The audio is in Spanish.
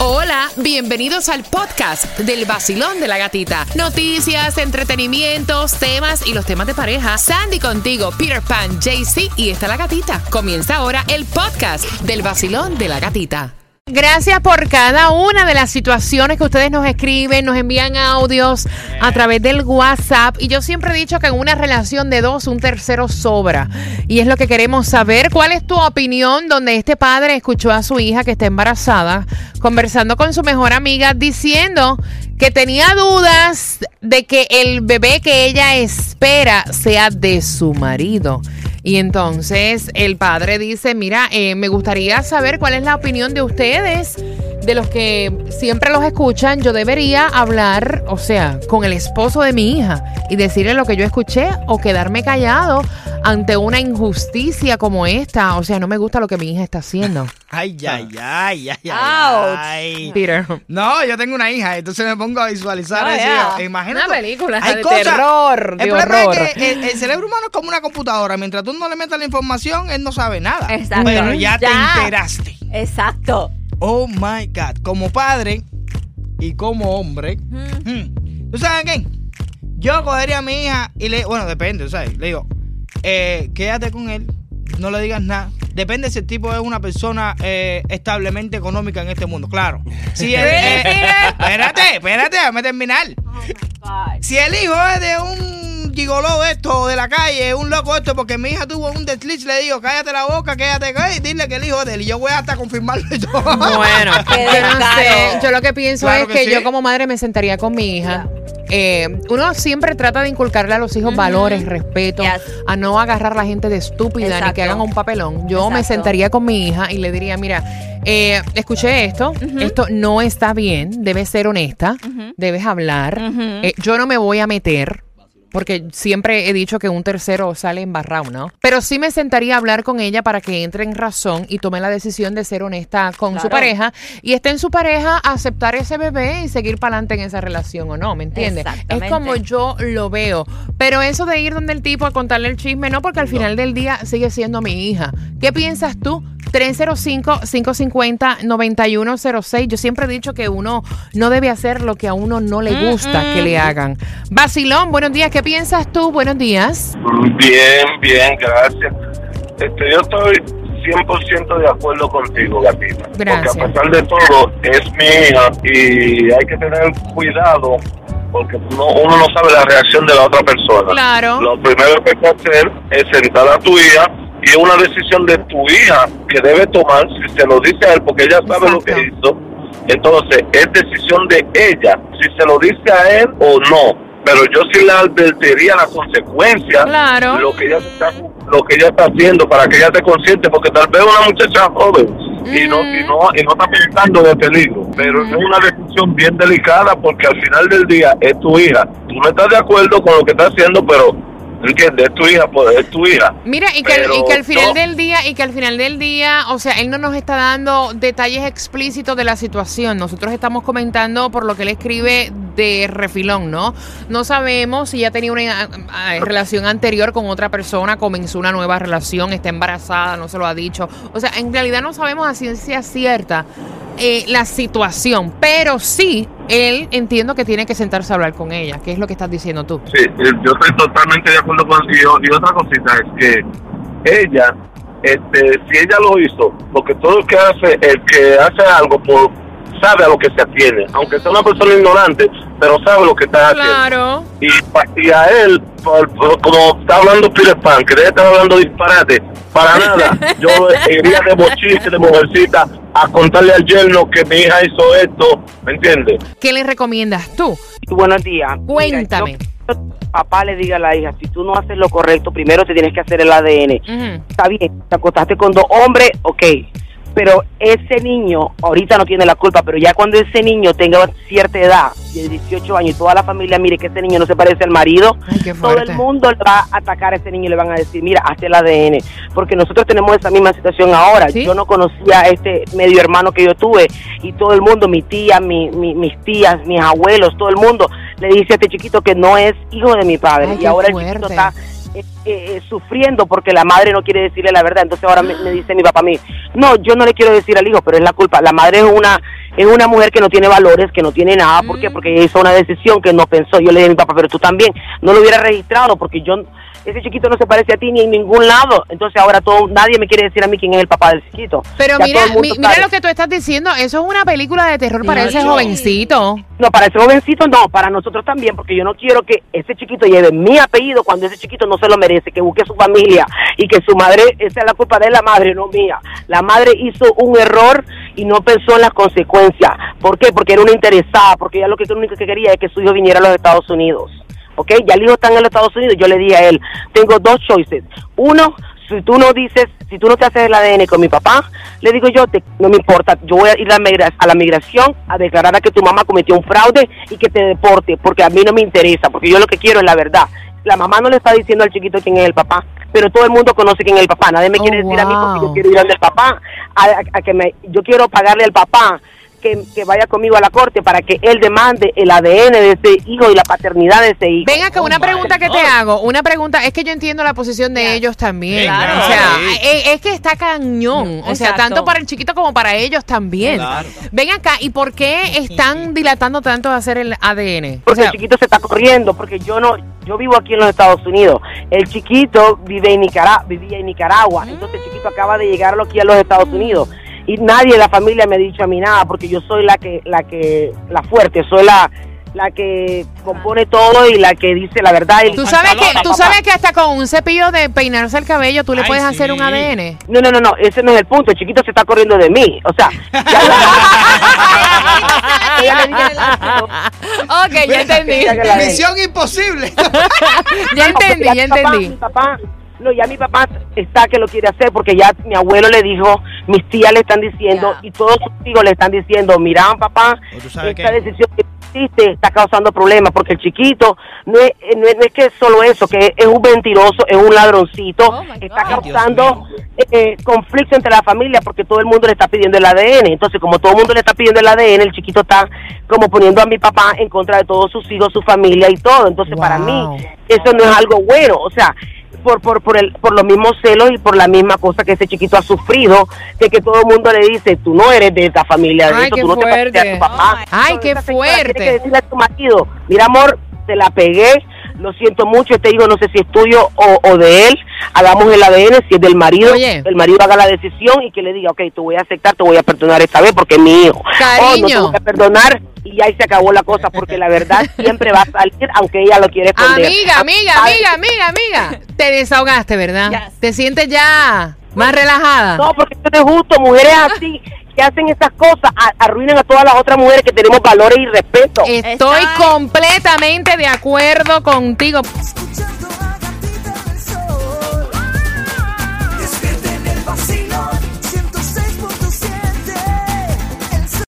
Hola, bienvenidos al podcast del Vacilón de la Gatita. Noticias, entretenimientos, temas y los temas de pareja. Sandy contigo, Peter Pan, JC y está la gatita. Comienza ahora el podcast del Vacilón de la Gatita. Gracias por cada una de las situaciones que ustedes nos escriben, nos envían audios a través del WhatsApp. Y yo siempre he dicho que en una relación de dos, un tercero sobra. Y es lo que queremos saber. ¿Cuál es tu opinión donde este padre escuchó a su hija que está embarazada, conversando con su mejor amiga, diciendo que tenía dudas de que el bebé que ella espera sea de su marido? Y entonces el padre dice, mira, me gustaría saber cuál es la opinión de ustedes, de los que siempre los escuchan. Yo debería hablar, o sea, con el esposo de mi hija y decirle lo que yo escuché o quedarme callado ante una injusticia como esta. O sea, no me gusta lo que mi hija está haciendo. Ay. Peter. No, yo tengo una hija, entonces me pongo a visualizar eso. Imagínate. Una película hay de cosas, terror, de el horror. problema es que el cerebro humano es como una computadora. Mientras tú no le metas la información, él no sabe nada. Exacto. Pero ya te enteraste. Exacto. Oh my God. Como padre y como hombre, ¿tú sabes qué? Yo cogería a mi hija y bueno, depende, ¿sabes? Le digo, quédate con él, no le digas nada. Depende si el tipo es una persona establemente económica en este mundo, claro. Si espérate, déjame terminar. Oh my God. Si el hijo es de un gigoló esto, de la calle, un loco esto, porque mi hija tuvo un desliz, le digo, cállate la boca, quédate, dile que el hijo es de él. Y yo voy hasta confirmarlo y todo. Bueno, yo no sé. Yo lo que pienso Claro es que sí. yo como madre me sentaría con mi hija. Uno siempre trata de inculcarle a los hijos valores, respeto, a no agarrar a la gente de estúpida ni que hagan un papelón. Yo me sentaría con mi hija y le diría, mira, escuché esto, esto no está bien, debes ser honesta, debes hablar, yo no me voy a meter. Porque siempre he dicho que un tercero sale embarrado, ¿no? Pero sí me sentaría a hablar con ella para que entre en razón y tome la decisión de ser honesta con su pareja y esté en su pareja a aceptar ese bebé y seguir para adelante en esa relación o no, ¿me entiendes? Es como yo lo veo. Pero eso de ir donde el tipo a contarle el chisme, no, porque al final del día sigue siendo mi hija. ¿Qué piensas tú? 305-550-9106. Yo siempre he dicho que uno no debe hacer lo que a uno no le gusta que le hagan. Vacilón, buenos días. ¿Qué piensas tú? Buenos días. Bien, gracias. Yo estoy 100% de acuerdo contigo, gatita. Gracias. Porque a pesar de todo, es mi hija y hay que tener cuidado porque uno no sabe la reacción de la otra persona. Claro. Lo primero que hay que hacer es sentar a tu hija y es una decisión de tu hija que debe tomar si se lo dice a él porque ella sabe lo que hizo. Entonces, es decisión de ella si se lo dice a él o no. Pero yo sí le advertiría la consecuencia, claro, lo que ella está haciendo para que ella esté consciente, porque tal vez una muchacha joven y no está pensando de peligro, pero es una decisión bien delicada porque al final del día es tu hija. Tú no estás de acuerdo con lo que está haciendo, pero ¿entiendes? Es tu hija, pues es tu hija. Mira, y que al final del día, o sea, él no nos está dando detalles explícitos de la situación. Nosotros estamos comentando por lo que él escribe de refilón, ¿no? No sabemos si ya tenía una relación anterior con otra persona, comenzó una nueva relación, está embarazada, no se lo ha dicho. O sea, en realidad no sabemos a ciencia cierta la situación, pero sí, él entiendo que tiene que sentarse a hablar con ella, que es lo que estás diciendo tú. Sí, yo estoy totalmente de acuerdo contigo. Y otra cosita es que ella, si ella lo hizo, porque todo el que hace algo sabe a lo que se atiene, aunque sea una persona ignorante, pero sabe lo que está haciendo. Claro. Y a él, como está hablando Peter Pan, que debe estar hablando disparate, para nada, yo iría de bochiste, de mujercita, a contarle al yerno que mi hija hizo esto, ¿me entiendes? ¿Qué le recomiendas tú? Buenos días. Cuéntame. Mira, papá le diga a la hija, si tú no haces lo correcto, primero te tienes que hacer el ADN. Está bien, te acostaste con dos hombres, ok. Pero ese niño, ahorita no tiene la culpa, pero ya cuando ese niño tenga cierta edad, de 18 años, y toda la familia mire que ese niño no se parece al marido, todo el mundo le va a atacar a ese niño y le van a decir, mira, hazte el ADN. Porque nosotros tenemos esa misma situación ahora. ¿Sí? Yo no conocía a este medio hermano que yo tuve, y todo el mundo, mi tía, mis tías, mis abuelos, todo el mundo le dice a este chiquito que no es hijo de mi padre. Ay, y ahora fuerte. El chiquito está sufriendo porque la madre no quiere decirle la verdad. Entonces ahora me dice mi papá a mí, no, yo no le quiero decir al hijo, pero es la culpa. La madre es una mujer que no tiene valores, que no tiene nada. ¿Por qué? Porque ella hizo una decisión que no pensó. Yo le dije a mi papá, pero tú también no lo hubiera registrado, porque ese chiquito no se parece a ti ni en ningún lado. Entonces ahora nadie me quiere decir a mí quién es el papá del chiquito. Pero mira lo que tú estás diciendo, eso es una película de terror para ese jovencito. No, para ese jovencito no, para nosotros también, porque yo no quiero que ese chiquito lleve mi apellido cuando ese chiquito no se lo merece, que busque su familia y que su madre, esa es la culpa de la madre, no mía. La madre hizo un error y no pensó en las consecuencias. ¿Por qué? Porque era una interesada, porque ella lo único que quería es que su hijo viniera a los Estados Unidos. ¿Ok? Ya el hijo está en los Estados Unidos. Yo le dije a él, tengo dos choices. Uno, si tú no te haces el ADN con mi papá, le digo yo, no me importa, yo voy a ir a la migración a declarar a que tu mamá cometió un fraude y que te deporte, porque a mí no me interesa, porque yo lo que quiero es la verdad. La mamá no le está diciendo al chiquito quién es el papá, pero todo el mundo conoce quién es el papá. Nadie me quiere decir a mí porque yo quiero ir donde el papá, yo quiero pagarle al papá que vaya conmigo a la corte para que él demande el ADN de ese hijo y la paternidad de ese hijo. Ven acá, una pregunta que te hago. Una pregunta, es que yo entiendo la posición de ellos también. Claro. O sea, es que está cañón. O sea, tanto para el chiquito como para ellos también. Claro. Ven acá, ¿y por qué están dilatando tanto de hacer el ADN? Porque el chiquito se está corriendo, porque yo vivo aquí en los Estados Unidos. El chiquito vivía en Nicaragua. Entonces el chiquito acaba de llegar aquí a los Estados Unidos. Y nadie de la familia me ha dicho a mí nada, porque yo soy la fuerte, soy la que compone todo y la que dice la verdad. Y ¿Tú sabes que hasta con un cepillo de peinarse el cabello tú le puedes hacer un ADN? No, ese no es el punto. El chiquito se está corriendo de mí. O sea, ok, ya entendí. Misión imposible. Ya entendí. Mi papá está que lo quiere hacer, porque ya mi abuelo le dijo, mis tías le están diciendo, y todos sus hijos le están diciendo, mira, papá, esta decisión que hiciste está causando problemas, porque el chiquito no es que es solo eso, que es un mentiroso, es un ladroncito, está causando conflicto entre la familia, porque todo el mundo le está pidiendo el ADN. Entonces, como todo el mundo le está pidiendo el ADN, el chiquito está como poniendo a mi papá en contra de todos sus hijos, su familia y todo. Entonces, para mí, eso no es algo bueno. O sea, por los mismos celos y por la misma cosa que ese chiquito ha sufrido, de que todo el mundo le dice, tú no eres de esa familia, de eso, tú no te pareces a tu papá. Ay, qué fuerte. Tienes que decirle a tu marido, mira, amor, te la pegué, lo siento mucho, este hijo no sé si es tuyo o de él, hagamos el ADN, si es del marido, el marido haga la decisión y que le diga, ok, te voy a aceptar, te voy a perdonar esta vez porque es mi hijo. Cariño. No te voy a perdonar y ahí se acabó la cosa, porque la verdad siempre va a salir, aunque ella lo quiere esconder. Amiga, te desahogaste, ¿verdad? Yes. ¿Te sientes ya más relajada? No, porque esto es justo, mujeres así que hacen estas cosas arruinan a todas las otras mujeres que tenemos valores y respeto. Estoy completamente de acuerdo contigo.